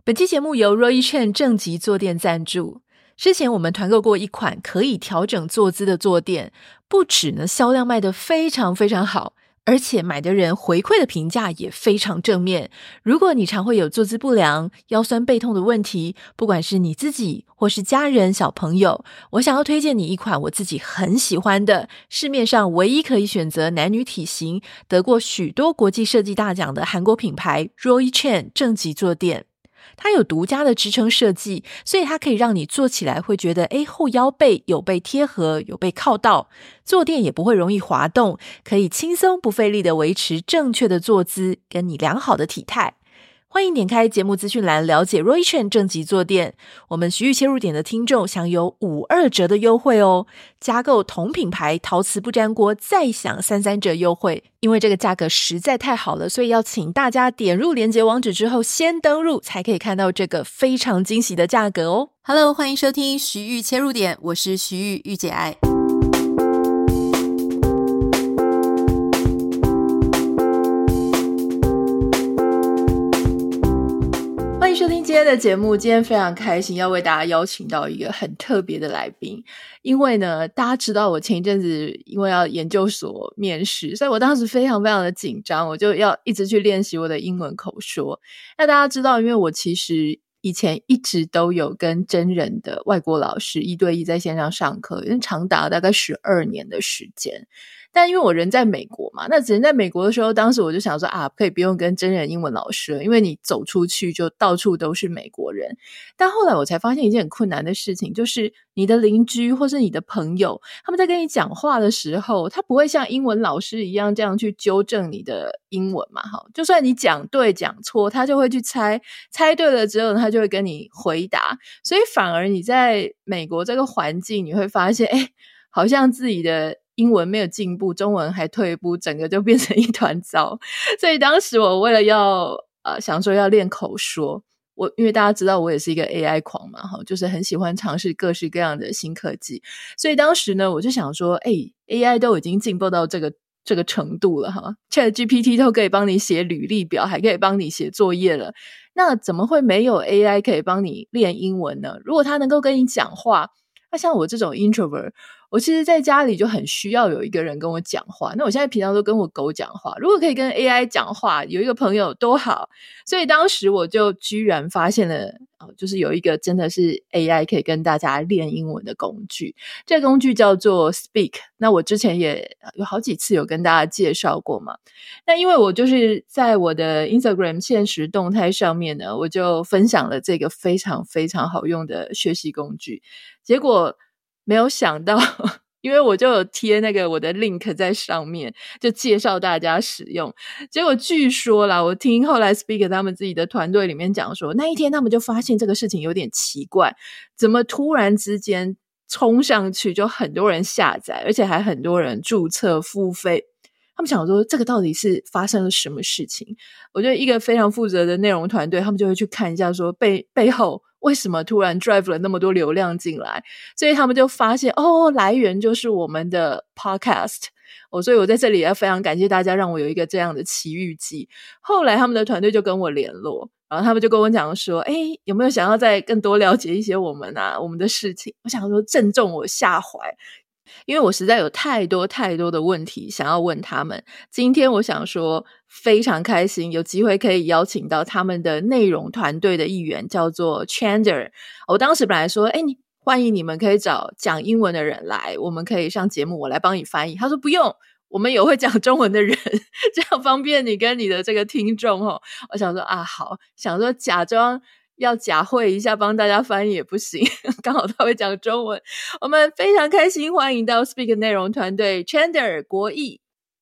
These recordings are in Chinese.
本期节目由 Roichen 正极坐垫赞助。之前我们团购过一款可以调整坐姿的坐垫，不止呢销量卖得非常非常好，而且买的人回馈的评价也非常正面。如果你常会有坐姿不良、腰酸背痛的问题，不管是你自己或是家人、小朋友，我想要推荐你一款我自己很喜欢的，市面上唯一可以选择男女体型，得过许多国际设计大奖的韩国品牌 Roichen 正极坐垫。它有独家的支撑设计，所以它可以让你坐起来会觉得后腰背有被贴合，有被靠到，坐垫也不会容易滑动，可以轻松不费力的维持正确的坐姿跟你良好的体态。欢迎点开节目资讯栏了解 Roichen 正极坐垫，我们徐豫切入点的听众享有52折的优惠哦，加购同品牌陶瓷不粘锅再享33折优惠。因为这个价格实在太好了，所以要请大家点入连结网址之后先登入，才可以看到这个非常惊喜的价格哦。Hello， 欢迎收听徐豫切入点，我是徐豫，御姐爱。欢迎收听今天的节目，今天非常开心要为大家邀请到一个很特别的来宾。因为呢，大家知道我前一阵子因为要研究所面试，所以我当时非常非常的紧张，我就要一直去练习我的英文口说。那大家知道，因为我其实以前一直都有跟真人的外国老师一对一在线上上课，长达大概12年的时间。但因为我人在美国嘛，那人在美国的时候，当时我就想说可以不用跟真人英文老师了，因为你走出去就到处都是美国人。但后来我才发现一件很困难的事情，就是你的邻居或是你的朋友，他们在跟你讲话的时候，他不会像英文老师一样这样去纠正你的英文嘛，就算你讲对讲错，他就会去猜对了之后他就会跟你回答。所以反而你在美国这个环境，你会发现好像自己的英文没有进步，中文还退步，整个就变成一团糟。所以当时我为了要想说要练口说，因为大家知道我也是一个 AI 狂嘛，就是很喜欢尝试各式各样的新科技。所以当时呢，我就想说AI 都已经进步到这个程度了ChatGPT 都可以帮你写履历表，还可以帮你写作业了，那怎么会没有 AI 可以帮你练英文呢？如果它能够跟你讲话，那像我这种 introvert， 我其实在家里就很需要有一个人跟我讲话。那我现在平常都跟我狗讲话，如果可以跟 AI 讲话，有一个朋友多好。所以当时我就居然发现了就是有一个真的是 AI 可以跟大家练英文的工具，这个工具叫做 Speak。 那我之前也有好几次有跟大家介绍过嘛。那因为我就是在我的 Instagram 限时动态上面呢，我就分享了这个非常非常好用的学习工具，结果没有想到因为我就有贴那个我的 link 在上面，就介绍大家使用。结果据说啦，我听后来 Speak 他们自己的团队里面讲说，那一天他们就发现这个事情有点奇怪，怎么突然之间冲上去就很多人下载，而且还很多人注册付费。他们想说这个到底是发生了什么事情。我觉得一个非常负责的内容团队，他们就会去看一下说背后为什么突然 drive 了那么多流量进来。所以他们就发现来源就是我们的 podcast。所以我在这里要非常感谢大家让我有一个这样的奇遇记。后来他们的团队就跟我联络，然后他们就跟我讲说有没有想要再更多了解一些我们的事情。我想说正中我下怀，因为我实在有太多太多的问题想要问他们。今天我想说非常开心有机会可以邀请到他们的内容团队的一员，叫做 Chandler。 我当时本来说欢迎你们可以找讲英文的人来，我们可以上节目，我来帮你翻译。他说不用，我们有会讲中文的人这样方便你跟你的这个听众我想说好，想说假装要假会一下帮大家翻译也不行刚好他会讲中文。我们非常开心欢迎到 Speak 内容团队 Chandler 国义。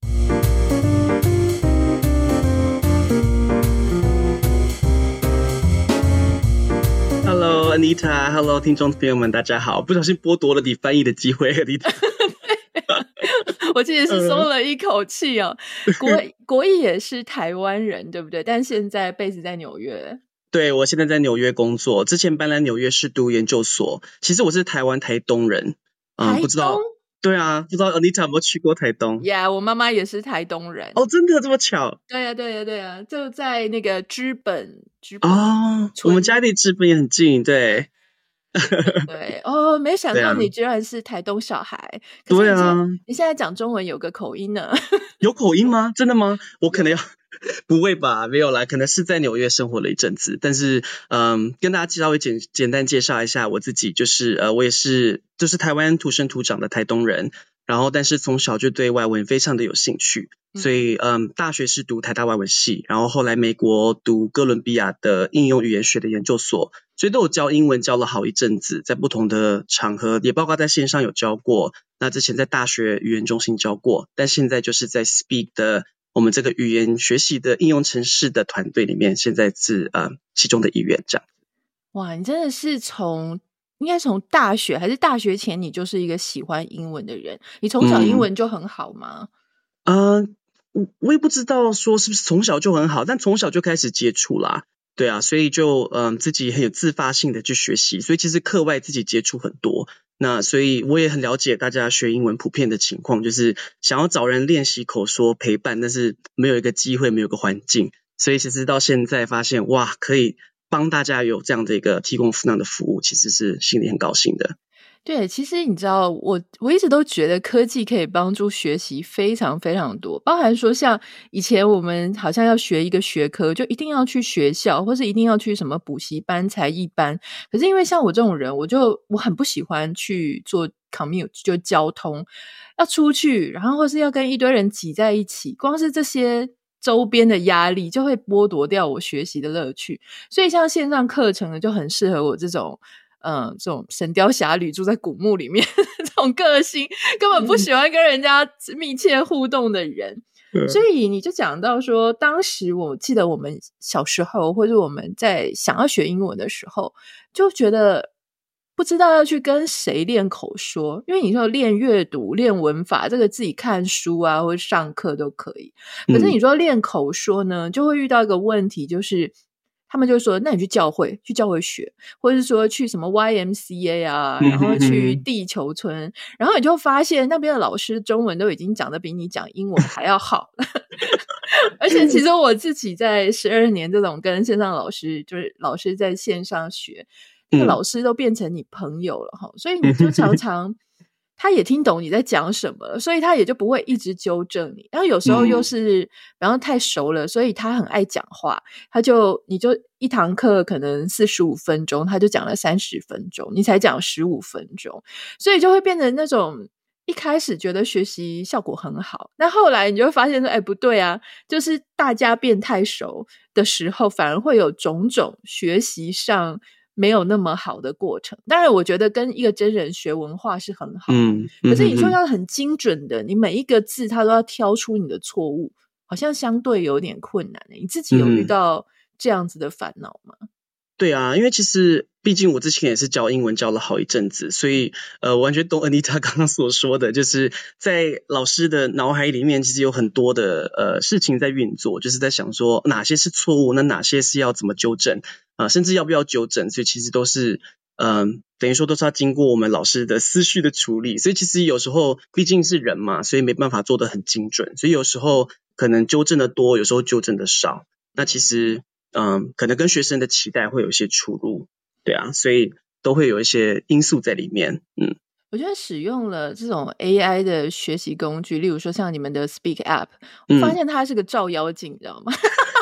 Hello Anita， Hello 听众朋友们，大家好！不小心剥夺了你翻译的机会 ，Anita。 我其实是松了一口气国义也是台湾人对不对？但现在 base 在纽约。 对，我现在在纽约工作，之前搬来纽约市读研究所。其实我是台湾台东人，不知道对啊，不知道 Anita 有没有去过台东？ 我妈妈也是台东人。 哦，真的这么巧？ 对呀，对呀，对呀，就在那个知本哦，我们家离知本也很近，对。 对没想对啊， 到你居然是台东小孩。可是对啊， 你现在讲中文有个口音呢。 有口音吗？真的吗？我可能要不会吧，没有啦，可能是在纽约生活了一阵子。但是跟大家稍微简单介绍一下我自己，就是我也是就是台湾土生土长的台东人，然后但是从小就对外文非常的有兴趣，所以大学是读台大外文系，然后后来美国读哥伦比亚的应用语言学的研究所，所以都有教英文教了好一阵子，在不同的场合，也包括在线上有教过，那之前在大学语言中心教过，但现在就是在 Speak 的我们这个语言学习的应用程式的团队里面，现在是其中的一员这样。 哇，你真的是应该从大学还是大学前你就是一个喜欢英文的人？你从小英文就很好吗？ 我也不知道说是不是从小就很好，但从小就开始接触啦。对啊，所以就自己很有自发性的去学习，所以其实课外自己接触很多。那所以我也很了解大家学英文普遍的情况，就是想要找人练习口说陪伴，但是没有一个机会，没有一个环境。所以其实到现在发现，哇，可以帮大家有这样的一个提供那样的服务，其实是心里很高兴的。 对，其实你知道，我一直都觉得科技可以帮助学习非常非常多，包含说像以前我们好像要学一个学科，就一定要去学校，或是一定要去什么补习班、才艺班。可是因为像我这种人，我很不喜欢去做 commute， 就交通要出去，然后或是要跟一堆人挤在一起，光是这些周边的压力就会剥夺掉我学习的乐趣。所以像线上课程呢，就很适合我这种神雕侠侣住在古墓里面这种个性，根本不喜欢跟人家密切互动的人。所以你就讲到说，当时我记得我们小时候，或者我们在想要学英文的时候，就觉得不知道要去跟谁练口说，因为你说练阅读、练文法，这个自己看书啊，或者上课都可以。可是你说练口说呢，就会遇到一个问题，就是他们就说，那你去教会学，或者是说去什么 YMCA 啊，然后去地球村，然后你就发现那边的老师中文都已经讲得比你讲英文还要好。而且其实我自己在12年这种跟线上老师，就是老师在线上学，那个老师都变成你朋友了齁，所以你就常常他也听懂你在讲什么，所以他也就不会一直纠正你。然后有时候又是比方太熟了，所以他很爱讲话，你就一堂课可能45分钟，他就讲了30分钟，你才讲15分钟，所以就会变成那种一开始觉得学习效果很好，那后来你就会发现说，不对啊，就是大家变太熟的时候，反而会有种种学习上没有那么好的过程。当然我觉得跟一个真人学文化是很好，可是你说要很精准的，你每一个字他都要挑出你的错误，好像相对有点困难。你自己有遇到这样子的烦恼吗？ 对啊，因为其实毕竟我之前也是教英文教了好一阵子，所以完全懂 Anita 刚刚所说的，就是在老师的脑海里面其实有很多的事情在运作，就是在想说哪些是错误，那哪些是要怎么纠正甚至要不要纠正，所以其实都是等于说都是要经过我们老师的思绪的处理，所以其实有时候毕竟是人嘛，所以没办法做得很精准，所以有时候可能纠正的多，有时候纠正的少，那其实可能跟学生的期待会有一些出入，对啊，所以都会有一些因素在里面。 我觉得使用了这种 AI 的学习工具，例如说像你们的 Speak App， 我发现它是个照妖镜，你知道吗？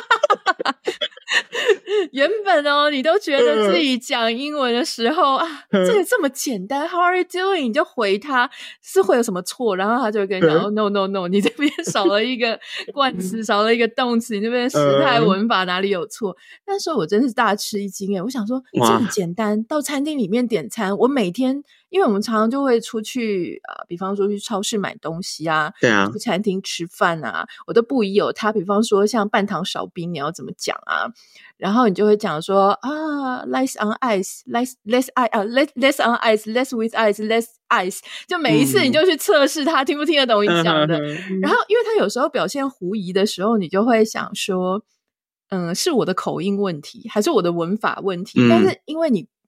原本你都觉得自己讲英文的时候这个这么简单 How are you doing 你就回他是会有什么错，然后他就会跟你讲No no no 你这边少了一个冠词少了一个动词，你这边时态文法哪里有错。那时候我真是大吃一惊我想说这么简单，到餐厅里面点餐，我每天因为我们常常就会出去比方说去超市买东西啊， 对啊， 去餐厅吃饭啊，我都不疑有他，比方说像半糖少冰你要怎么讲啊，然后你就会讲说less on ice less on ice less with ice less ice， 就每一次你就去测试他听不听得懂你讲的然后因为他有时候表现狐疑的时候，你就会想说是我的口音问题还是我的文法问题但是因为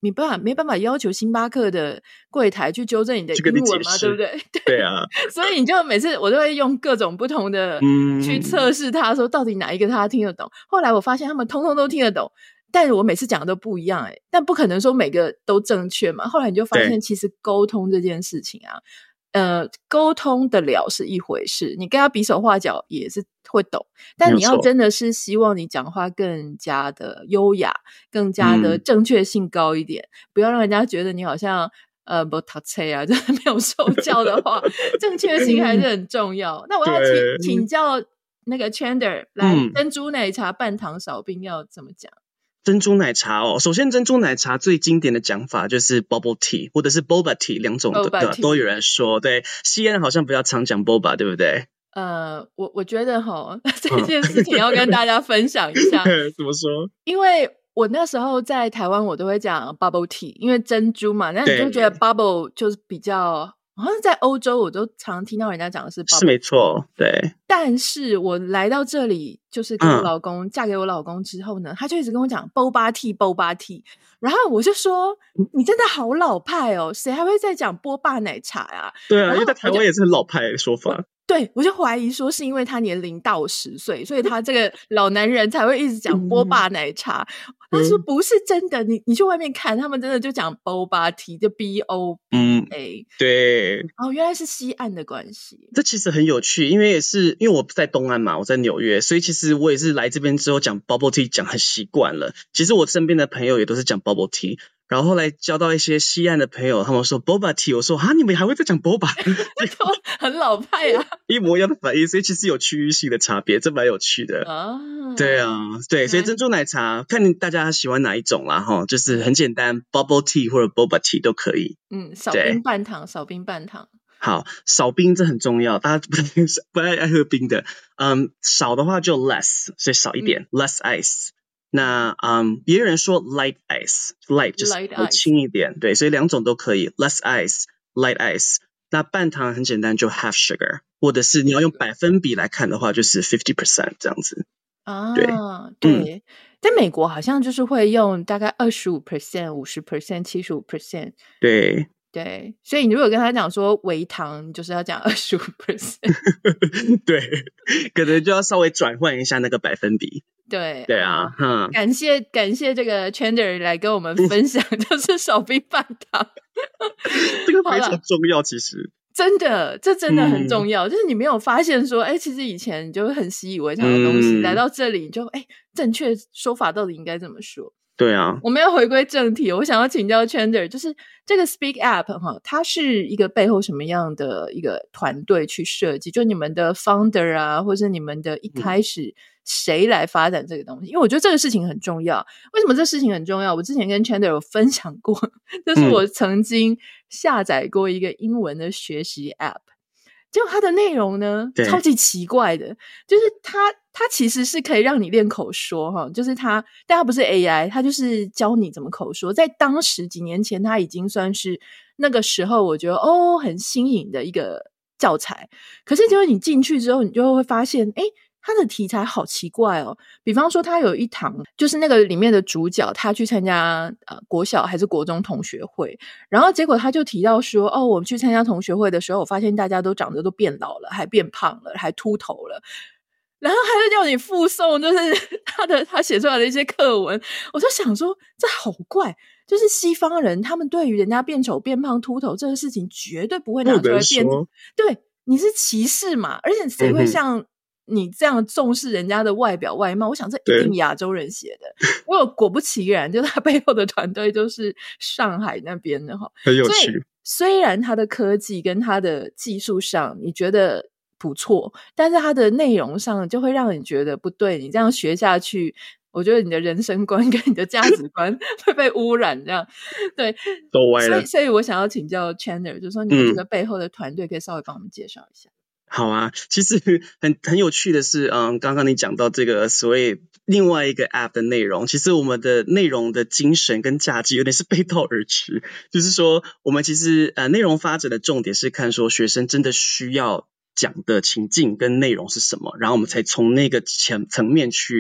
没办法要求星巴克的柜台去纠正你的英文嘛，对不对？ 对啊， 所以你就每次我都会用各种不同的去测试他说到底哪一个他听得懂。后来我发现他们通通都听得懂，但是我每次讲的都不一样但不可能说每个都正确嘛。后来你就发现其实沟通这件事情啊，沟通得了是一回事，你跟他比手画脚也是会懂，但你要真的是希望你讲话更加的优雅，更加的正确性高一点，不要让人家觉得你好像没读册啊，真的没有受教的话正确性还是很重要。那我要请教那个 Chandler 来，珍珠奶茶半糖少冰要怎么讲？ 珍珠奶茶首先珍珠奶茶最经典的讲法就是 bubble tea 或者是 boba tea 两种都有人说。对，西安好像比较常讲 boba 对不对？ 我觉得这件事情要跟大家分享一下怎么说？ 因为我那时候在台湾我都会讲 bubble tea， 因为珍珠嘛，那你就觉得 bubble 就是比较，好像在欧洲我都常听到人家讲的是 bubble tea， 是没错，对。 但是我来到这里就是跟我老公嫁给我老公之后呢，他就一直跟我讲 boba tea， 然后我就说你真的好老派谁还会再讲波霸奶茶啊？ 对啊，因为在台湾也是很老派的说法。 对，我就怀疑说是因为他年龄到10岁，所以他这个老男人才会一直讲波霸奶茶。他说不是真的，你去外面看，他们真的就讲 boba tea， 就 BOBA。 对。 原来是西岸的关系。 这其实很有趣，因为我在东岸嘛，我在纽约，所以其实我也是来这边之后讲 bubble tea 讲很习惯了。其实我身边的朋友也都是讲 bubble tea。然后后来交到一些西岸的朋友，他们说 boba tea， 我说你们还会再讲 boba 很老派啊， 一模一样的反应，所以其实有区域性的差别，这蛮有趣的对啊，对，所以珍珠奶茶看大家喜欢哪一种啦就是很简单 bubble tea 或者 boba tea 都可以。 少冰半糖，少冰半糖。 好，少冰这很重要，大家不太爱喝冰的。少的话就 less， 所以少一点，less ice。那也有人说 light ice，light 就是轻一点，对，所以两种都可以 ，less ice，light ice。那半糖很简单，就 half sugar， 或者是你要用百分比来看的话，就是 50% 这样子。 对，在美国好像就是会用大概 25%、50%、75%。对，所以你如果跟他讲说微糖，你就是要讲 25%。 对，可能就要稍微转换一下那个百分比。 对啊， 感谢这个 Chandler 来跟我们分享，就是少冰半糖。 这个非常重要，其实真的，这真的很重要。就是你没有发现说，其实以前你就很习以为常的东西，来到这里你就正确说法到底应该怎么说？ 对啊， 我们要回归正题，我想要请教 Chandler， 就是这个 Speak App 它是一个背后什么样的一个团队去设计？就你们的 founder 啊，或者你们的一开始谁来发展这个东西？因为我觉得这个事情很重要。为什么这事情很重要？我之前跟 Chandler 有分享过，就是我曾经下载过一个英文的学习 App，结果它的内容呢超级奇怪的，就是它其实是可以让你练口说就是但它不是 AI， 它就是教你怎么口说。在当时几年前，它已经算是那个时候我觉得很新颖的一个教材。可是结果你进去之后，你就会发现它的题材好奇怪比方说它有一堂就是那个里面的主角他去参加国小还是国中同学会，然后结果他就提到说我们去参加同学会的时候，我发现大家都长得都变老了，还变胖了，还秃头了，然后他就叫你附送就是他写出来的一些课文。我就想说这好怪，就是西方人他们对于人家变丑变胖秃头这个事情绝对不会拿出来辩，对，你是歧视嘛，而且谁会像你这样重视人家的外表外貌？我想这一定亚洲人写的。果不其然，就他背后的团队就是上海那边的很有趣。 虽然他的科技跟他的技术上你觉得不错，但是他的内容上就会让你觉得不对，你这样学下去，我觉得你的人生观跟你的价值观会被污染，这样对， 都歪了。 所以我想要请教 Chandler， 就是说你们这个背后的团队可以稍微帮我们介绍一下。 好啊，其实很有趣的是，刚刚你讲到这个所谓另外一个 app 的内容，其实我们的内容的精神跟价值有点是背道而驰。就是说，我们其实内容发展的重点是看说学生真的需要讲的情境跟内容是什么，然后我们才从那个层面去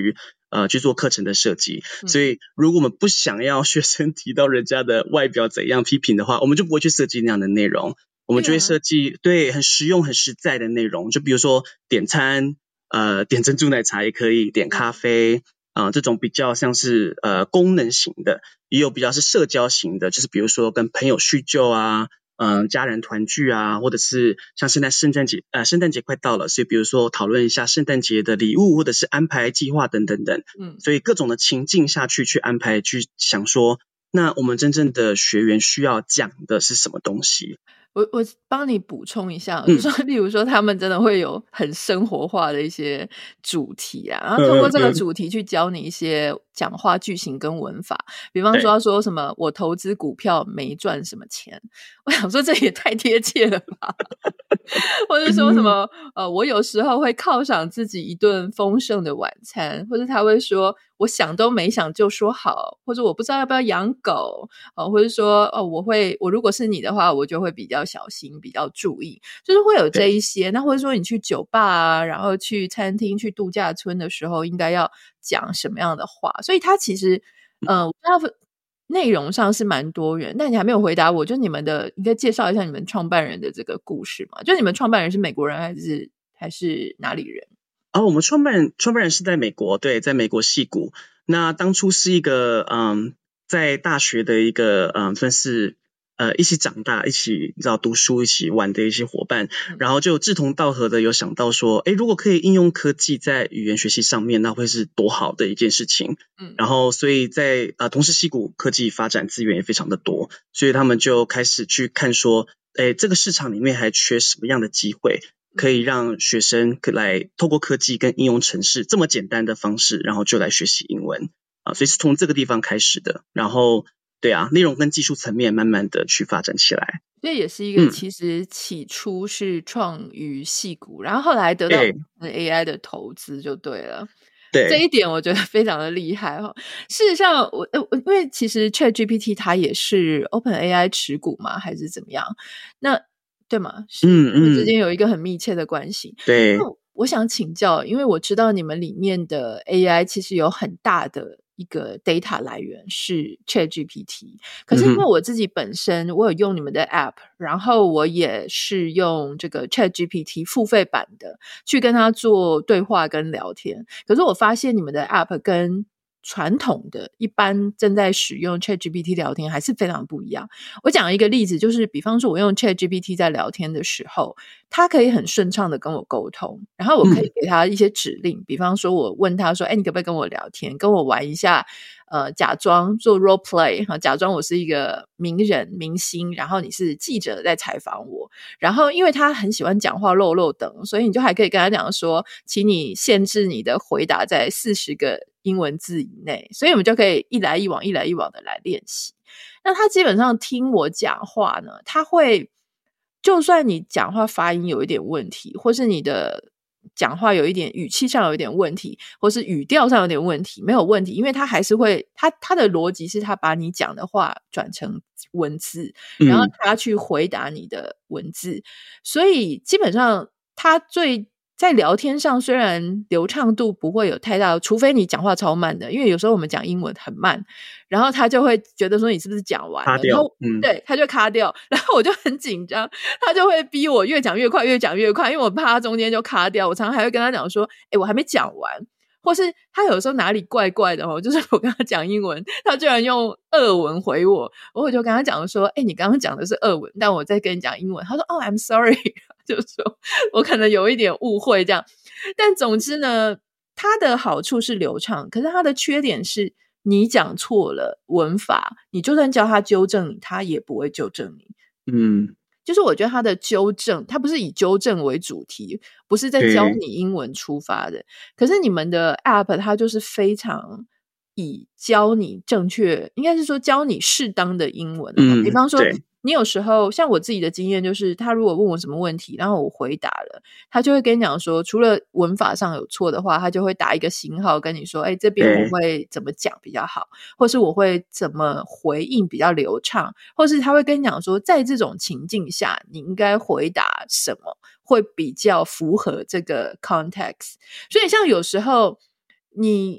去做课程的设计。所以如果我们不想要学生提到人家的外表怎样批评的话，我们就不会去设计那样的内容，我们就会设计对很实用很实在的内容，就比如说点餐，点珍珠奶茶也可以，点咖啡这种比较像是功能型的，也有比较是社交型的，就是比如说跟朋友叙旧啊，家人团聚啊，或者是像现在圣诞节快到了，所以比如说讨论一下圣诞节的礼物，或者是安排计划等等等。所以各种的情境下去安排，去想说，那我们真正的学员需要讲的是什么东西。 我帮你补充一下，就说例如说他们真的会有很生活化的一些主题啊，然后通过这个主题去教你一些讲话句型跟文法，比方说要说什么我投资股票没赚什么钱，我想说这也太贴切了吧或者说什么我有时候会犒赏自己一顿丰盛的晚餐，或者他会说我想都没想就说好，或者我不知道要不要养狗或者说我如果是你的话我就会比较小心比较注意，就是会有这一些。那或者说你去酒吧啊，然后去餐厅去度假村的时候应该要讲什么样的话，所以它其实内容上是蛮多元。但你还没有回答我，就你们的应该介绍一下你们创办人的这个故事嘛？就你们创办人是美国人还是哪里人？ 我们创办人是在美国，对，在美国矽谷。那当初是一个在大学的一个算是一起长大一起你知道读书一起玩的一些伙伴，然后就志同道合的有想到说如果可以应用科技在语言学习上面，那会是多好的一件事情。然后所以在同时矽谷科技发展资源也非常的多，所以他们就开始去看说这个市场里面还缺什么样的机会可以让学生来透过科技跟应用程式这么简单的方式，然后就来学习英文所以是从这个地方开始的。然后对啊，内容跟技术层面慢慢的去发展起来。 这也是一个其实起初是创于矽谷，然后后来得到 AI 的投资就对了。 对， 这一点我觉得非常的厉害事实上因为其实 ChatGPT 它也是 OpenAI 持股嘛，还是怎么样？那对吗？是他们之间有一个很密切的关系。 对， 那我想请教，因为我知道你们里面的 AI 其实有很大的一个 data 来源是 ChatGPT， 可是因为我自己本身我有用你们的 app， 然后我也是用这个 ChatGPT 付费版的去跟他做对话跟聊天，可是我发现你们的 app 跟传统的一般正在使用 ChatGPT 聊天还是非常不一样。我讲一个例子，就是比方说我用 ChatGPT 在聊天的时候，他可以很顺畅的跟我沟通，然后我可以给他一些指令，比方说我问他说你可不可以跟我聊天，跟我玩一下假装做 role play 假装我是一个名人明星，然后你是记者在采访我，然后因为他很喜欢讲话漏漏等，所以你就还可以跟他讲说请你限制你的回答在40个英文字以内，所以我们就可以一来一往的来练习。那他基本上听我讲话呢，他会就算你讲话发音有一点问题，或是你的讲话有一点语气上有一点问题，或是语调上有点问题，没有问题，因为他还是会他的逻辑是他把你讲的话转成文字，然后他去回答你的文字，所以基本上他在聊天上虽然流畅度不会有太大，除非你讲话超慢的，因为有时候我们讲英文很慢，然后他就会觉得说你是不是讲完了，然后对，他就卡掉，然后我就很紧张，他就会逼我越讲越快，因为我怕他中间就卡掉，我常常还会跟他讲说我还没讲完，或是他有时候哪里怪怪的就是我跟他讲英文，他居然用俄文回我，我就跟他讲说你刚刚讲的是俄文，但我在跟你讲英文，他说I'm sorry 就是说我可能有一点误会这样，但总之呢它的好处是流畅，可是它的缺点是你讲错了文法，你就算叫他纠正你，他也不会纠正你。就是我觉得他的纠正，他不是以纠正为主题，不是在教你英文出发的，可是你们的 app 它就是非常以教你正确，应该是说教你适当的英文比方说你有时候像我自己的经验就是他如果问我什么问题然后我回答了，他就会跟你讲说除了文法上有错的话，他就会打一个星号跟你说这边我会怎么讲比较好，或是我会怎么回应比较流畅，或是他会跟你讲说在这种情境下你应该回答什么会比较符合这个 context。 所以像有时候你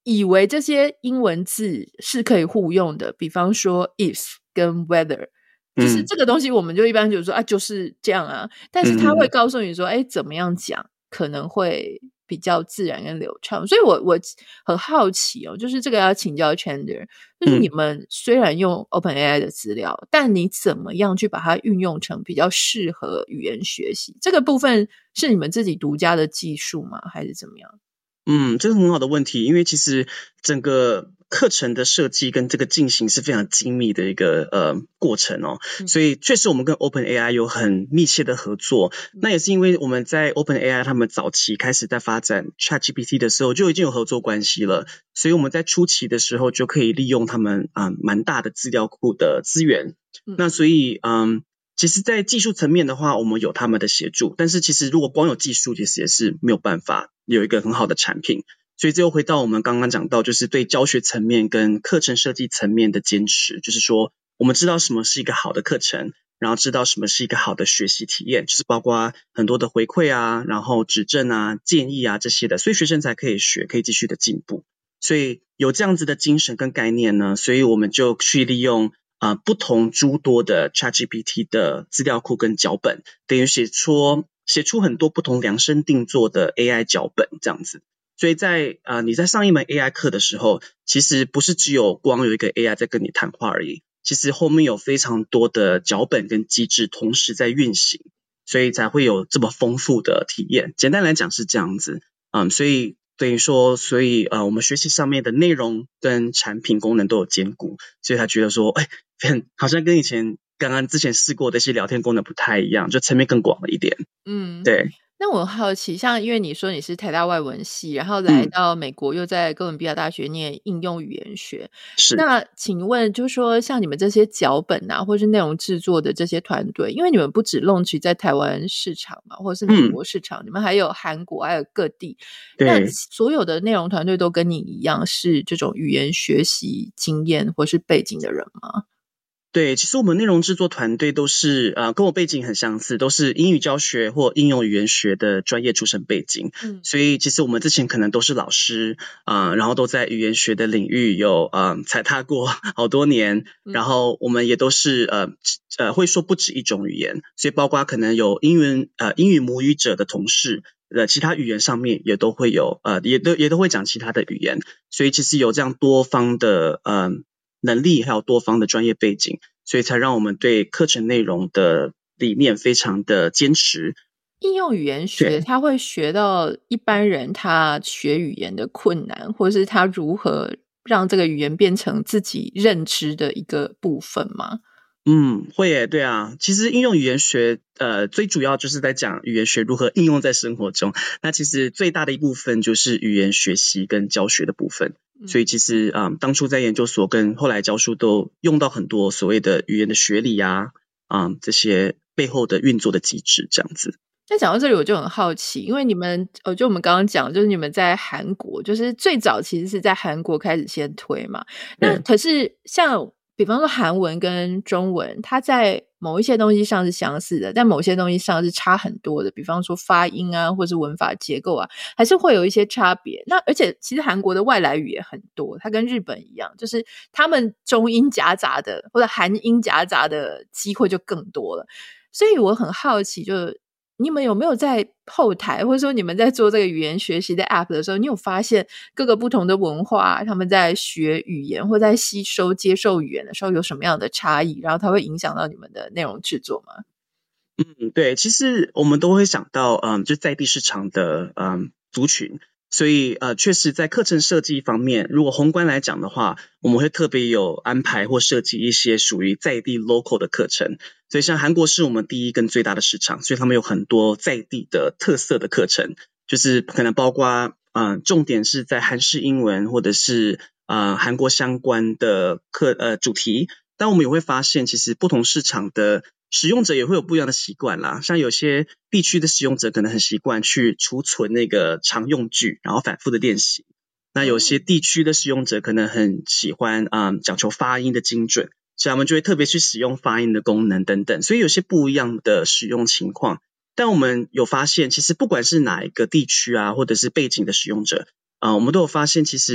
以为这些英文字是可以互用的，比方说 if 跟 whether，就是这个东西我们就一般就是说就是这样啊，但是他会告诉你说怎么样讲可能会比较自然跟流畅。所以我很好奇就是这个要请教 Chandler， 就是你们虽然用 OpenAI 的资料，但你怎么样去把它运用成比较适合语言学习？这个部分是你们自己独家的技术吗？还是怎么样？ 这是很好的问题，因为其实整个课程的设计跟这个进行是非常精密的一个过程所以确实我们跟 OpenAI 有很密切的合作，那也是因为我们在 OpenAI 他们早期开始在发展 ChatGPT 的时候就已经有合作关系了，所以我们在初期的时候就可以利用他们蛮大的资料库的资源，那所以其实在技术层面的话我们有他们的协助，但是其实如果光有技术其实也是没有办法有一个很好的产品，所以这又回到我们刚刚讲到就是对教学层面跟课程设计层面的坚持，就是说我们知道什么是一个好的课程，然后知道什么是一个好的学习体验，就是包括很多的回馈啊，然后指正啊，建议啊这些的，所以学生才可以学，可以继续的进步。所以有这样子的精神跟概念呢，所以我们就去利用不同诸多的 ChatGPT 的资料库跟脚本，等于写出很多不同量身定做的 AI 脚本这样子。所以在你在上一门 AI 课的时候，其实不是只有光有一个 AI 在跟你谈话而已，其实后面有非常多的脚本跟机制同时在运行，所以才会有这么丰富的体验。简单来讲是这样子，所以等于说，我们学习上面的内容跟产品功能都有兼顾，所以他觉得说，好像跟以前刚刚之前试过的一些聊天功能不太一样，就层面更广了一点。对。 那我好奇，像因为你说你是台大外文系，然后来到美国又在哥伦比亚大学念应用语言学， 是。 那请问就是说像你们这些脚本啊或是内容制作的这些团队，因为你们不止launch在台湾市场嘛，或是美国市场，你们还有韩国还有各地，那所有的内容团队都跟你一样是这种语言学习经验或是背景的人吗？ 对，其实我们内容制作团队都是跟我背景很相似，都是英语教学或应用语言学的专业出身背景，所以其实我们之前可能都是老师然后都在语言学的领域有踩踏过好多年，然后我们也都是会说不止一种语言，所以包括可能有英语母语者的同事其他语言上面也都会有也都会讲其他的语言，所以其实有这样多方的能力还有多方的专业背景，所以才让我们对课程内容的理念非常的坚持。 应用语言学他会学到一般人他学语言的困难，或是他如何让这个语言变成自己认知的一个部分吗？ 会耶，对啊，其实应用语言学最主要就是在讲语言学如何应用在生活中，那其实最大的一部分就是语言学习跟教学的部分，所以其实当初在研究所跟后来教书都用到很多所谓的语言的学理啊这些背后的运作的机制这样子。 那讲到这里我就很好奇，因为你们就我们刚刚讲就是你们在韩国就是最早其实是在韩国开始先推嘛，那可是像比方说韩文跟中文它在某一些东西上是相似的，但某些东西上是差很多的，比方说发音啊或是文法结构啊还是会有一些差别。那而且其实韩国的外来语也很多，它跟日本一样，就是他们中英夹杂的或者韩英夹杂的机会就更多了。所以我很好奇，就你们有没有在后台或者说你们在做这个语言学习的 app 的时候，你有发现各个不同的文化他们在学语言或在吸收接受语言的时候有什么样的差异，然后它会影响到你们的内容制作吗？ 对，其实我们都会想到就在地市场的族群，所以确实在课程设计方面，如果宏观来讲的话，我们会特别有安排或设计一些属于在地 local 的课程，所以像韩国是我们第一跟最大的市场，所以他们有很多在地的特色的课程，就是可能包括重点是在韩式英文或者是韩国相关的主题，但我们也会发现其实不同市场的使用者也会有不一样的习惯啦，像有些地区的使用者可能很习惯去储存那个常用句，然后反复的练习，那有些地区的使用者可能很喜欢讲求发音的精准，所以他们就会特别去使用发音的功能等等，所以有些不一样的使用情况。但我们有发现其实不管是哪一个地区啊或者是背景的使用者我们都有发现其实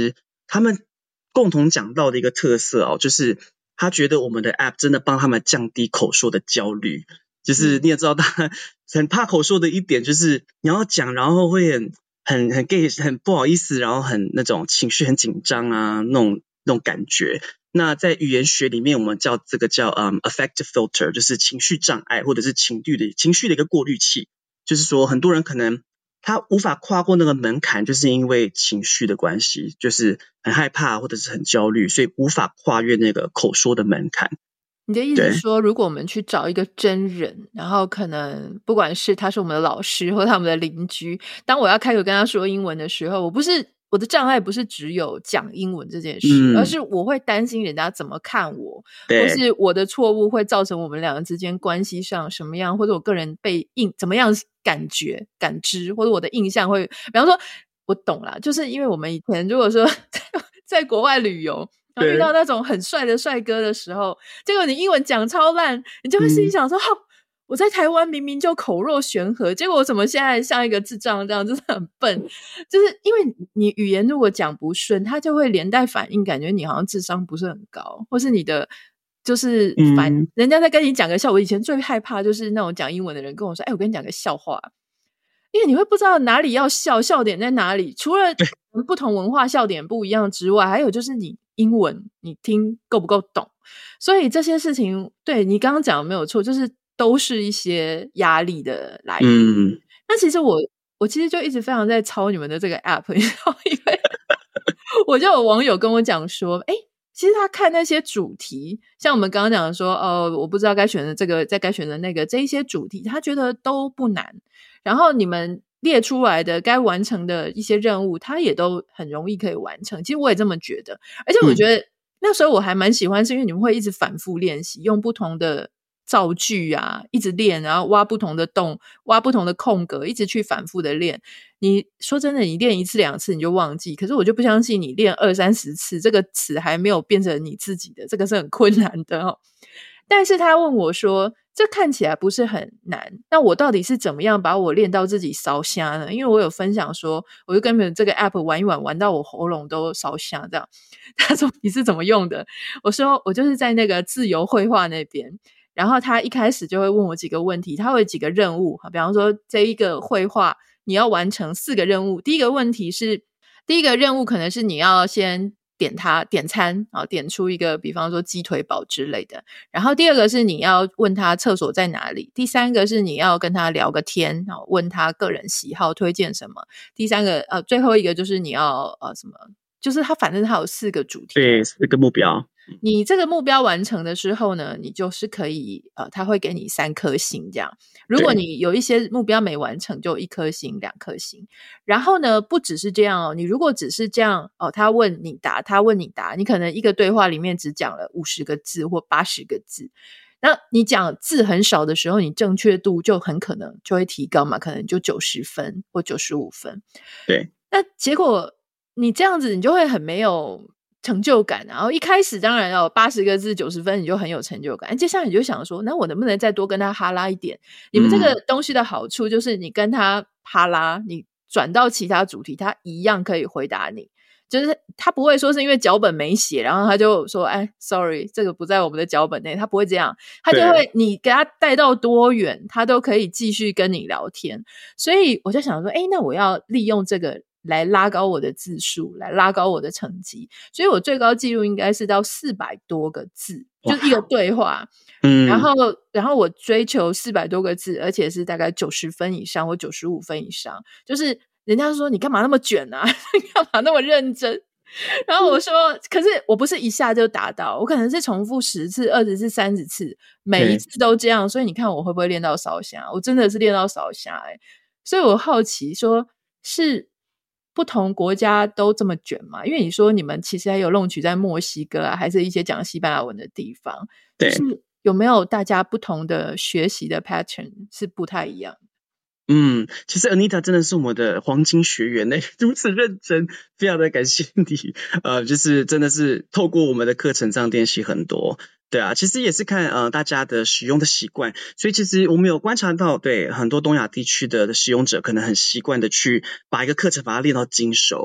他们共同讲到的一个特色哦，就是他觉得我们的 app 真的帮他们降低口说的焦虑。就是你也知道，大家很怕口说的一点就是你要讲，然后会很 gay 很不好意思，然后很那种情绪很紧张啊，那种感觉。那在语言学里面，我们叫这个叫affective filter， 就是情绪障碍或者是情绪的一个过滤器。就是说，很多人可能他无法跨过那个门槛，就是因为情绪的关系，就是很害怕或者是很焦虑，所以无法跨越那个口说的门槛。 你的意思是说，如果我们去找一个真人，然后可能不管是他是我们的老师或他们的邻居，当我要开口跟他说英文的时候，我的障碍不是只有讲英文这件事，而是我会担心人家怎么看我，或是我的错误会造成我们两个之间关系上什么样，或者我个人被怎么样感知，或者我的印象会，比方说我懂啦，就是因为我们以前如果说在国外旅游，然后遇到那种很帅的帅哥的时候，结果你英文讲超烂，你就会心里想说我在台湾明明就口若悬河，结果我怎么现在像一个智障这样，就是很笨。就是因为你语言如果讲不顺，它就会连带反应感觉你好像智商不是很高，或是你的就是人家在跟你讲个笑。我以前最害怕就是那种讲英文的人跟我说我跟你讲个笑话，因为你会不知道哪里要笑，笑点在哪里，除了不同文化笑点不一样之外，还有就是你英文你听够不够懂。所以这些事情对你刚刚讲的没有错，就是都是一些压力的来源。那其实我其实就一直非常在抄你们的这个 app， 你知道，因为我就有网友跟我讲说其实他看那些主题，像我们刚刚讲的说我不知道该选的这个再该选的那个，这一些主题他觉得都不难，然后你们列出来的该完成的一些任务他也都很容易可以完成。其实我也这么觉得，而且我觉得那时候我还蛮喜欢，是因为你们会一直反复练习，用不同的造句啊一直练，然后挖不同的洞，挖不同的空格，一直去反复的练。你说真的，你练一次两次你就忘记，可是我就不相信你练20-30次这个词还没有变成你自己的，这个是很困难的但是他问我说这看起来不是很难，那我到底是怎么样把我练到自己烧瞎呢？因为我有分享说我就跟你们这个 app 玩一玩，玩到我喉咙都烧瞎这样。他说你是怎么用的？我说我就是在那个自由绘画那边，然后他一开始就会问我几个问题，他会有几个任务，比方说这一个绘画你要完成4个任务。第一个任务可能是你要先点餐，点出一个比方说鸡腿堡之类的，然后第二个是你要问他厕所在哪里，第三个是你要跟他聊个天，问他个人喜好推荐什么，第三个最后一个就是你要什么，就是反正他有4个主题， 对，4个目标。 你这个目标完成的时候呢，你就是可以他会给你3颗星这样。如果你有一些目标没完成，就1颗星2颗星。然后呢不只是这样你如果只是这样他问你答，你可能一个对话里面只讲了50个字或80个字，那你讲字很少的时候，你正确度就很可能就会提高嘛，可能就90分或95分。 对， 那结果你这样子你就会很没有成就感，然后一开始当然80个字90分你就很有成就感，接下来你就想说那我能不能再多跟他哈拉一点。你们这个东西的好处就是你跟他哈拉，你转到其他主题他一样可以回答你，就是他不会说是因为脚本没写然后他就说sorry 这个不在我们的脚本内，他不会这样，他就会你给他带到多远他都可以继续跟你聊天。所以我就想说那我要利用这个来拉高我的字数，来拉高我的成绩，所以我最高纪录应该是到400多个字，就是一个对话然后我追求400多个字，而且是大概90分以上或95分以上，就是人家说你干嘛那么卷啊你干嘛那么认真，然后我说可是我不是一下就达到，我可能是重复10次20次30次，每一次都这样，所以你看我会不会练到烧瞎，我真的是练到烧瞎所以我好奇说是不同国家都这么卷吗？因为你说你们其实还有弄取在墨西哥还是一些讲西班牙文的地方， 对， 就是有没有大家不同的学习的 pattern 是不太一样的？ 其实 Anita 真的是我们的黄金学员如此认真，非常的感谢你。就是真的是透过我们的课程这样练习很多。对啊，其实也是看大家的使用的习惯，所以其实我们有观察到，对很多东亚地区的使用者可能很习惯的去把一个课程把它练到精熟。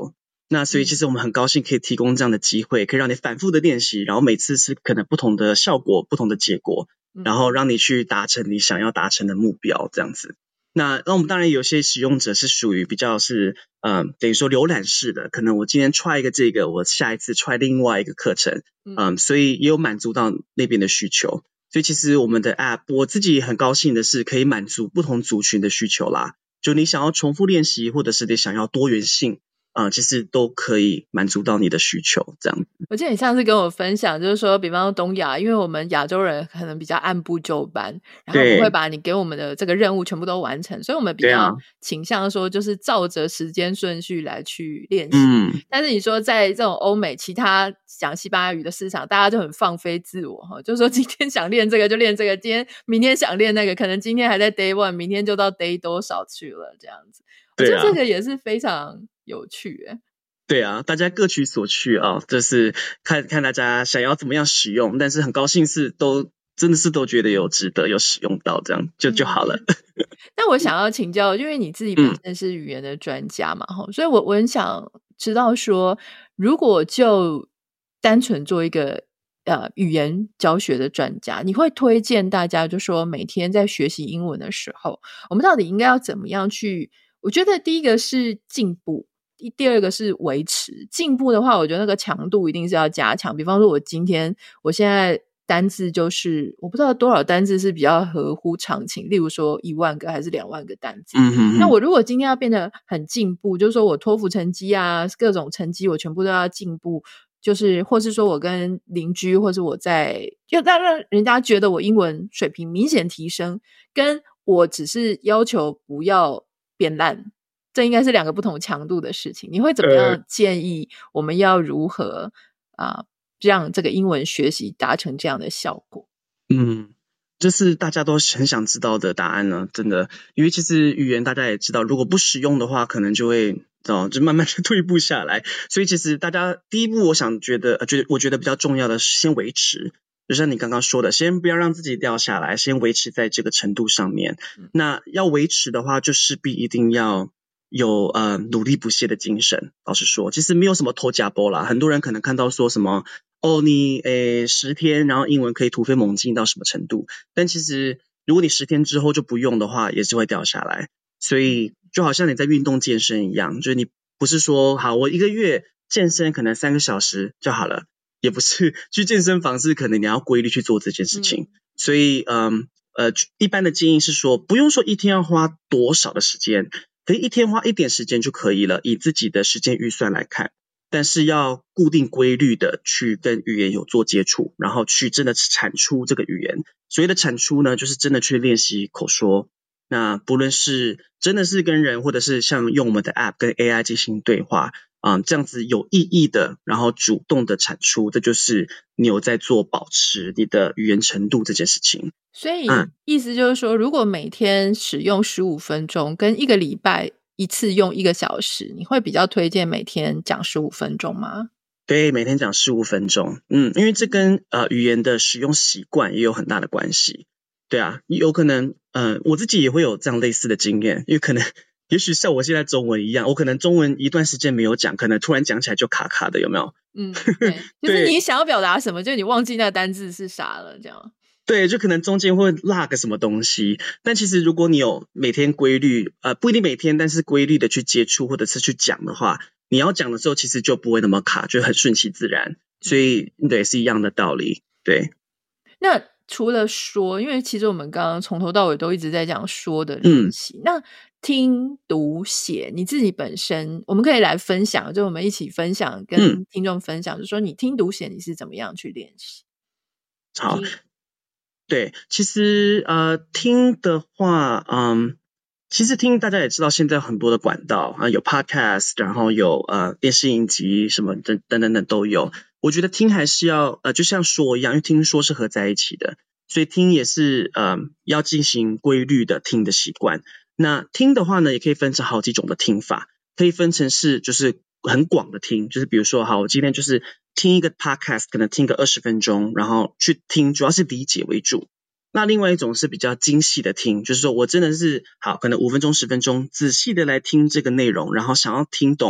那所以其实我们很高兴可以提供这样的机会，可以让你反复的练习，然后每次是可能不同的效果，不同的结果，然后让你去达成你想要达成的目标这样子。那我们当然有些使用者是属于比较是等于说浏览式的，可能我今天 try 一个这个，我下一次 try 另外一个课程，所以也有满足到那边的需求。所以其实我们的 app 我自己很高兴的是可以满足不同族群的需求啦，就你想要重复练习，或者是你想要多元性，其实都可以满足到你的需求这样。 我记得你上次跟我分享，就是说比方说东亚，因为我们亚洲人可能比较按部就班，然后不会把你给我们的这个任务全部都完成，所以我们比较倾向说就是照着时间顺序来去练习。但是你说在这种欧美其他讲西班牙语的市场，大家就很放飞自我，就是说今天想练这个就练这个，明天想练那个，可能今天还在 day one， 明天就到 day 多少去了这样子。我觉得这个也是非常有趣耶。 对啊，大家各取所需啊，就是看大家想要怎么样使用，但是很高兴是真的是都觉得有值得有使用到，这样就好了。 那我想要请教，因为你自己本身是语言的专家嘛，所以我很想知道说，如果就单纯做一个语言教学的专家，你会推荐大家就说每天在学习英文的时候，我们到底应该要怎么样去？我觉得第一个是进步，第二个是维持。进步的话，我觉得那个强度一定是要加强。比方说我现在单字就是我不知道多少单字是比较合乎常情，例如说1万个还是2万个单字。那我如果今天要变得很进步，就是说我托福成绩啊，各种成绩我全部都要进步，就是或是说我跟邻居，或是我就让人家觉得我英文水平明显提升，跟我只是要求不要变烂，这应该是2个不同强度的事情。你会怎么样建议我们要如何让这个英文学习达成这样的效果？ 这是大家都很想知道的答案呢，真的。因为其实语言大家也知道，如果不使用的话，可能就会就慢慢的退步下来。所以其实大家第一步，我觉得比较重要的是先维持。就像你刚刚说的，先不要让自己掉下来，先维持在这个程度上面。那要维持的话，就势必一定要有努力不懈的精神。老实说，其实没有什么偷假波啦。很多人可能看到说什么你10天，然后英文可以突飞猛进到什么程度，但其实如果你10天之后就不用的话，也是会掉下来。所以就好像你在运动健身一样，就是你不是说好我1个月健身可能3个小时就好了，也不是去健身房是可能你要规律去做这件事情。所以一般的建议是说，不用说一天要花多少的时间，可以一天花1点时间就可以了，以自己的时间预算来看。但是要固定规律的去跟语言有做接触，然后去真的产出这个语言。所谓的产出呢，就是真的去练习口说。那不论是真的是跟人，或者是像用我们的 app 跟 AI 进行对话，这样子有意义的，然后主动的产出，这就是你有在做保持你的语言程度这件事情。 所以意思就是说，如果每天使用15分钟，跟1个礼拜一次用1个小时，你会比较推荐每天讲15分钟吗？ 对，每天讲15分钟。因为这跟语言的使用习惯也有很大的关系。对啊，有可能我自己也会有这样类似的经验，因为可能也许像我现在中文一样，我可能中文一段时间没有讲，可能突然讲起来就卡卡的，有没有？ 对，就是你想要表达什么，就你忘记那个单字是啥了，这样。 对，就可能中间会落个什么东西。但其实如果你有每天规律不一定每天，但是规律的去接触或者是去讲的话，你要讲的时候其实就不会那么卡，就很顺其自然。所以对，是一样的道理。对。 那除了说，因为其实我们刚刚从头到尾都一直在讲说的练习，那听读写你自己本身，我们可以来分享，就我们一起分享，跟听众分享，就是说你听读写你是怎么样去练习？ 好，对，其实听的话，其实听大家也知道，现在很多的管道有 podcast， 然后有电视影集什么等等都有。我觉得听还是要就像说一样，因为听说是合在一起的，所以听也是要进行规律的听的习惯。那听的话呢，也可以分成好几种的听法，可以分成是就是很广的听，就是比如说好，我今天就是听一个 podcast， 可能听个20分钟，然后去听，主要是理解为主。那另外一种是比较精细的听，就是说我真的是好，可能5分钟10分钟仔细的来听这个内容，然后想要听懂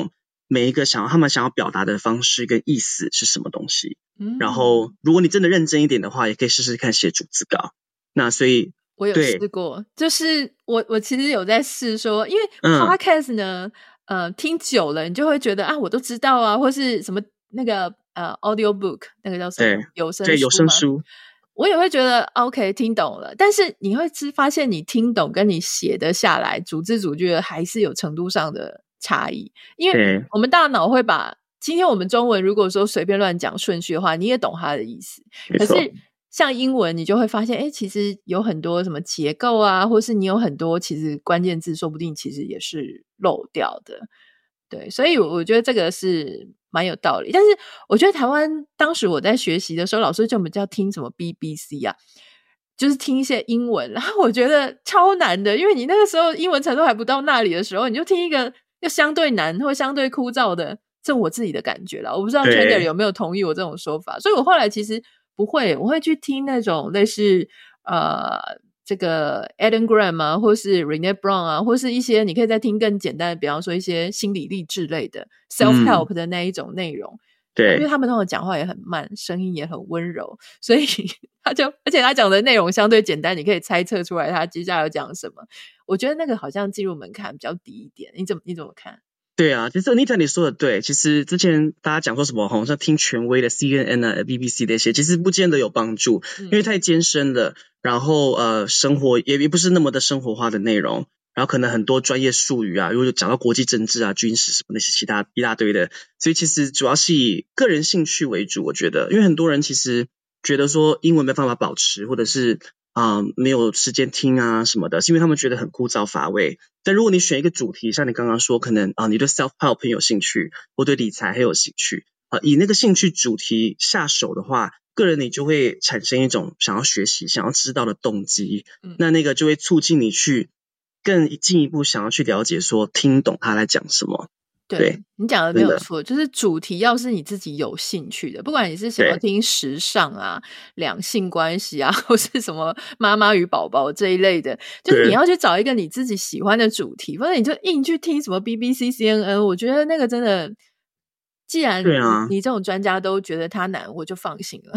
每一个他们想要表达的方式跟意思是什么东西。然后如果你真的认真一点的话，也可以试试看写逐字稿。那所以我有试过，就是我其实有在试说，因为 podcast 呢，听久了你就会觉得啊，我都知道啊，或是什么那个audio book 那个叫什么有声书，我也会觉得 OK 听懂了，但是你会发现你听懂跟你写得下来逐字逐句还是有程度上的差异，因为我们大脑会把今天我们中文如果说随便乱讲顺序的话，你也懂它的意思，可是像英文你就会发现其实有很多什么结构啊，或是你有很多其实关键字说不定其实也是漏掉的。对，所以我觉得这个是蛮有道理，但是我觉得台湾当时我在学习的时候，老师就我们叫听什么 BBC 啊，就是听一些英文，然后我觉得超难的，因为你那个时候英文程度还不到那里的时候，你就听一个又相对难或相对枯燥的，这我自己的感觉啦，我不知道 Chandler 有没有同意我这种说法，所以我后来其实不会，我会去听那种类似这个 Adam Grant 啊，或是 Brené Brown 啊，或是一些你可以再听更简单的，比方说一些心理励志类的 self-help 的那一种内容。对，因为他们那种讲话也很慢，声音也很温柔，所以而且他讲的内容相对简单，你可以猜测出来他接下来要讲什么。我觉得那个好像进入门槛比较低一点，你怎么看？ 对啊，其实 Anita 你说的对，其实之前大家讲说什么好像听权威的 CNN 啊 BBC 那些，其实不见得有帮助，因为太艰深了，然后生活也不是那么的生活化的内容，然后可能很多专业术语啊，如果讲到国际政治啊军事什么那些其他一大堆的，所以其实主要是以个人兴趣为主，我觉得因为很多人其实觉得说英文没办法保持，或者是没有时间听啊什么的，是因为他们觉得很枯燥乏味。但如果你选一个主题，像你刚刚说可能你对 self-help 很有兴趣，或对理财很有兴趣以那个兴趣主题下手的话，个人你就会产生一种想要学习想要知道的动机，那个就会促进你去更进一步想要去了解说听懂他在讲什么。对， 你讲的没有错，就是主题要是你自己有兴趣的，不管你是想要听时尚啊两性关系啊或是什么妈妈与宝宝这一类的，就是你要去找一个你自己喜欢的主题，不然你就硬去听什么 BBC CNN， 我觉得那个真的既然你这种专家都觉得它难，我就放心了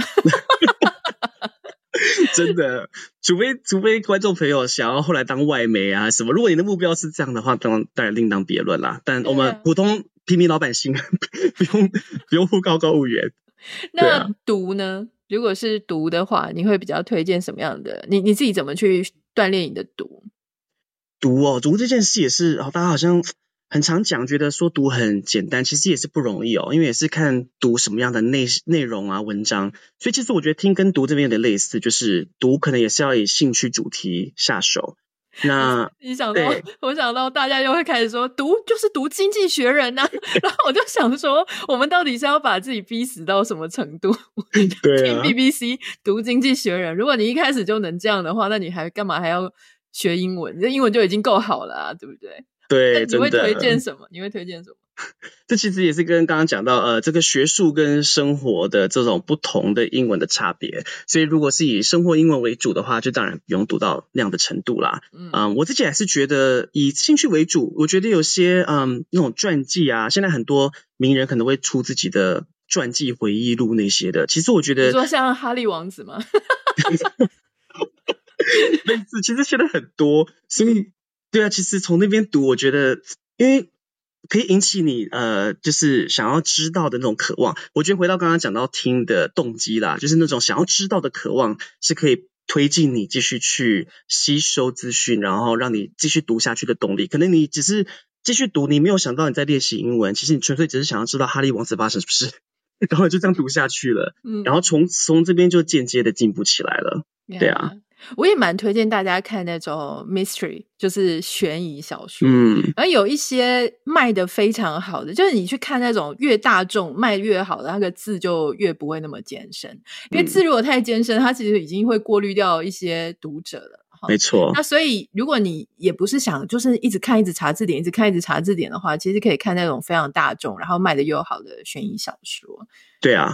真的，除非观众朋友想要后来当外媒啊什么，如果你的目标是这样的话，当然另当别论啦。但我们普通平民老百姓不用忽高物远。 那读呢？如果是读的话，你会比较推荐什么样的？你自己怎么去锻炼你的读？ 读这件事也是大家好像很常讲，觉得说读很简单，其实也是不容易因为也是看读什么样的内容啊文章，所以其实我觉得听跟读这边有点类似，就是读可能也是要以兴趣主题下手。那我想到大家又会开始说读就是读经济学人啊然后我就想说我们到底是要把自己逼死到什么程度对啊， 听 BBC 读经济学人，如果你一开始就能这样的话，那你干嘛还要学英文？这英文就已经够好了啊，对不对？ 对， 你会推荐什么？ 这其实也是跟刚刚讲到这个学术跟生活的这种不同的英文的差别，所以如果是以生活英文为主的话，就当然不用读到那样的程度啦。我自己还是觉得以兴趣为主，我觉得有些那种传记啊，现在很多名人可能会出自己的传记回忆录那些的，其实我觉得你说像哈利王子吗类似，其实现在很多，所以对啊，其实从那边读我觉得因为可以引起你就是想要知道的那种渴望。我觉得回到刚刚讲到听的动机啦，就是那种想要知道的渴望是可以推进你继续去吸收资讯，然后让你继续读下去的动力。可能你只是继续读，你没有想到你在练习英文，其实你纯粹只是想要知道哈利王子发生什么事，然后就这样读下去了，然后从这边就间接的进步起来了。对啊， 我也蛮推荐大家看那种 mystery， 就是悬疑小说。然后有一些卖的非常好的，就是你去看那种越大众卖越好的，那个字就越不会那么艰深，因为字如果太艰深，它其实已经会过滤掉一些读者了。 没错。 那所以如果你也不是想就是一直看一直查字典一直看一直查字典的话，其实可以看那种非常大众然后卖的又好的悬疑小说。 对啊，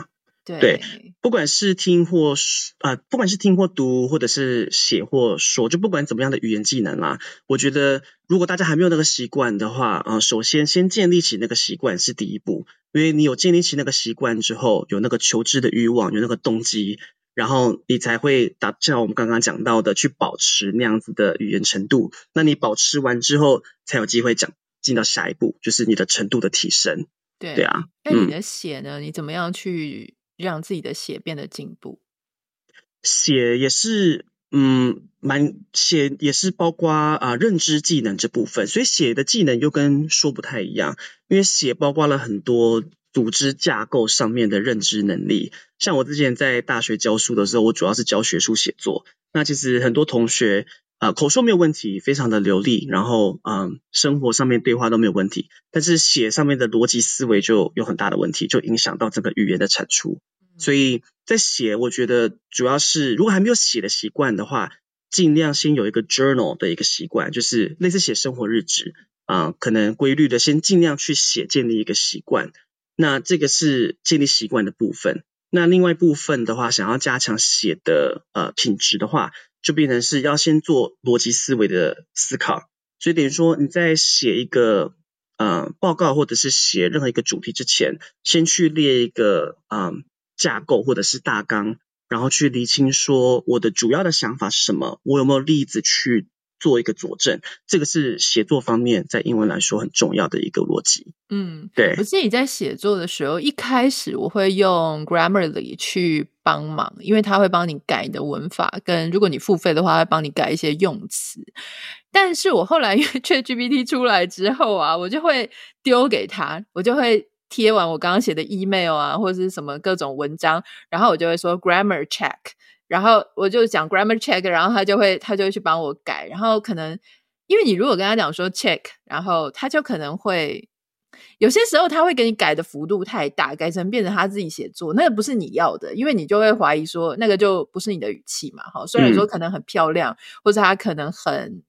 对，不管是听或读，或者是写或说，就不管怎么样的语言技能啦，我觉得如果大家还没有那个习惯的话，首先建立起那个习惯是第一步，因为你有建立起那个习惯之后，有那个求知的欲望，有那个动机，然后你才会像我们刚刚讲到的，去保持那样子的语言程度。那你保持完之后，才有机会进到下一步，就是你的程度的提升。对啊， 那你的写呢？你怎么样去让自己的写变得进步？ 写也是写也是包括认知技能这部分，所以写的技能又跟说不太一样，因为写包括了很多组织架构上面的认知能力。像我之前在大学教书的时候，我主要是教学术写作，那其实很多同学口说没有问题，非常的流利，然后生活上面对话都没有问题，但是写上面的逻辑思维就有很大的问题，就影响到整个语言的产出。所以在写，我觉得主要是如果还没有写的习惯的话，尽量先有一个 journal 的一个习惯，就是类似写生活日志可能规律的先尽量去写，建立一个习惯。那这个是建立习惯的部分。那另外一部分的话，想要加强写的品质的话，就变成是要先做逻辑思维的思考。所以等于说你在写一个报告或者是写任何一个主题之前，先去列一个架构或者是大纲，然后去厘清说我的主要的想法是什么，我有没有例子去做一个佐证，这个是写作方面在英文来说很重要的一个逻辑。对， 我自己在写作的时候，一开始我会用 Grammarly 去帮忙，因为它会帮你改你的文法，跟如果你付费的话，会帮你改一些用词。但是我后来因为 ChatGPT 出来之后啊，我就会丢给他，我就会贴完我刚刚写的 email 啊，或者是什么各种文章，然后我就会说 grammar check， 然后我就讲 grammar check， 然后他就会去帮我改，然后可能因为你如果跟他讲说 check， 然后他就可能会有些时候他会给你改的幅度太大，改成变成他自己写作，那个不是你要的，因为你就会怀疑说那个就不是你的语气嘛。虽然说可能很漂亮，或者他可能很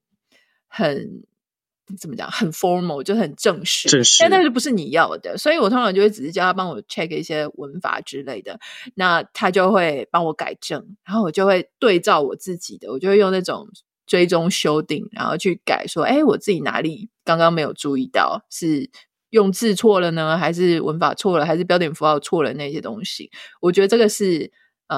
怎么讲，很 formal， 就很正式，但那个就不是你要的，所以我通常就会只是叫他帮我 check 一些文法之类的，那他就会帮我改正，然后我就会对照我自己的，我就会用那种追踪修订，然后去改说我自己哪里刚刚没有注意到，是用字错了呢，还是文法错了，还是标点符号错了，那些东西我觉得这个是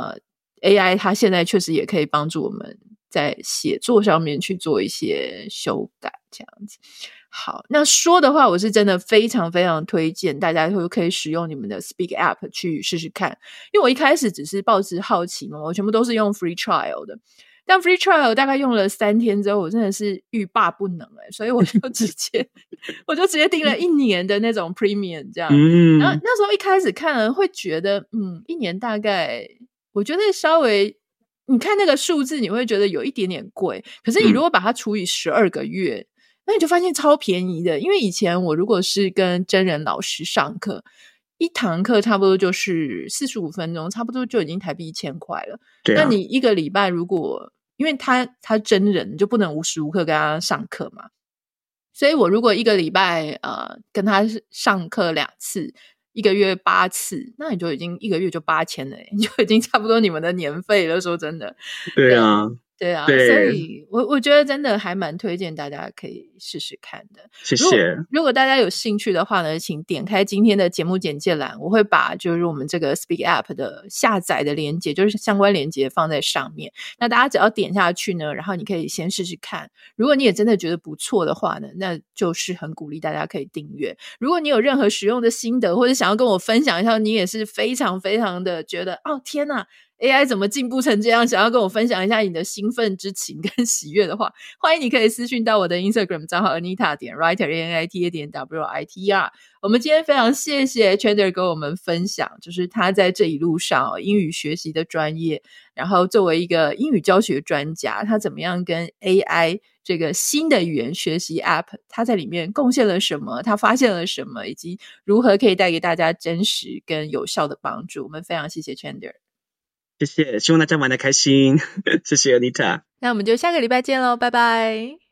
AI 它现在确实也可以帮助我们在写作上面去做一些修改，这样子。好，那说的话，我是真的非常非常推荐大家可以使用你们的 Speak App 去试试看，因为我一开始只是抱持好奇嘛，我全部都是用 Free Trial 的，但 Free Trial 大概用了3天之后，我真的是欲罢不能所以我就直接订了1年的那种 Premium 这样。然后那时候一开始看了会觉得1年大概我觉得稍微你看那个数字你会觉得有一点点贵，可是你如果把它除以12个月，那你就发现超便宜的。因为以前我如果是跟真人老师上课，一堂课差不多就是45分钟，差不多就已经台币1000块了。那你一个礼拜如果因为他真人你就不能无时无刻跟他上课嘛，所以我如果一个礼拜跟他上课2次，1个月8次，那你就已经1个月就8000了你就已经差不多你们的年费了，说真的。 对啊， 所以我觉得真的还蛮推荐大家可以试试看的。 谢谢。 如果大家有兴趣的话呢，请点开今天的节目简介栏，我会把就是我们这个 Speak App 的下载的连结，就是相关连结放在上面。那大家只要点下去呢，然后你可以先试试看。如果你也真的觉得不错的话呢，那就是很鼓励大家可以订阅。如果你有任何使用的心得，或者想要跟我分享一下，你也是非常非常的觉得天哪AI 怎么进步成这样，想要跟我分享一下你的兴奋之情跟喜悦的话，欢迎你可以私讯到我的 Instagram 账号 Anita.Writer，ANITA.WRITER。 我们今天非常谢谢 Chandler 跟我们分享，就是他在这一路上英语学习的专业，然后作为一个英语教学专家，他怎么样跟 AI 这个新的语言学习 App 他在里面贡献了什么，他发现了什么，以及如何可以带给大家真实跟有效的帮助。我们非常谢谢 Chandler。 谢谢，希望大家玩得开心。谢谢 Anita。 那我们就下个礼拜见咯，拜拜。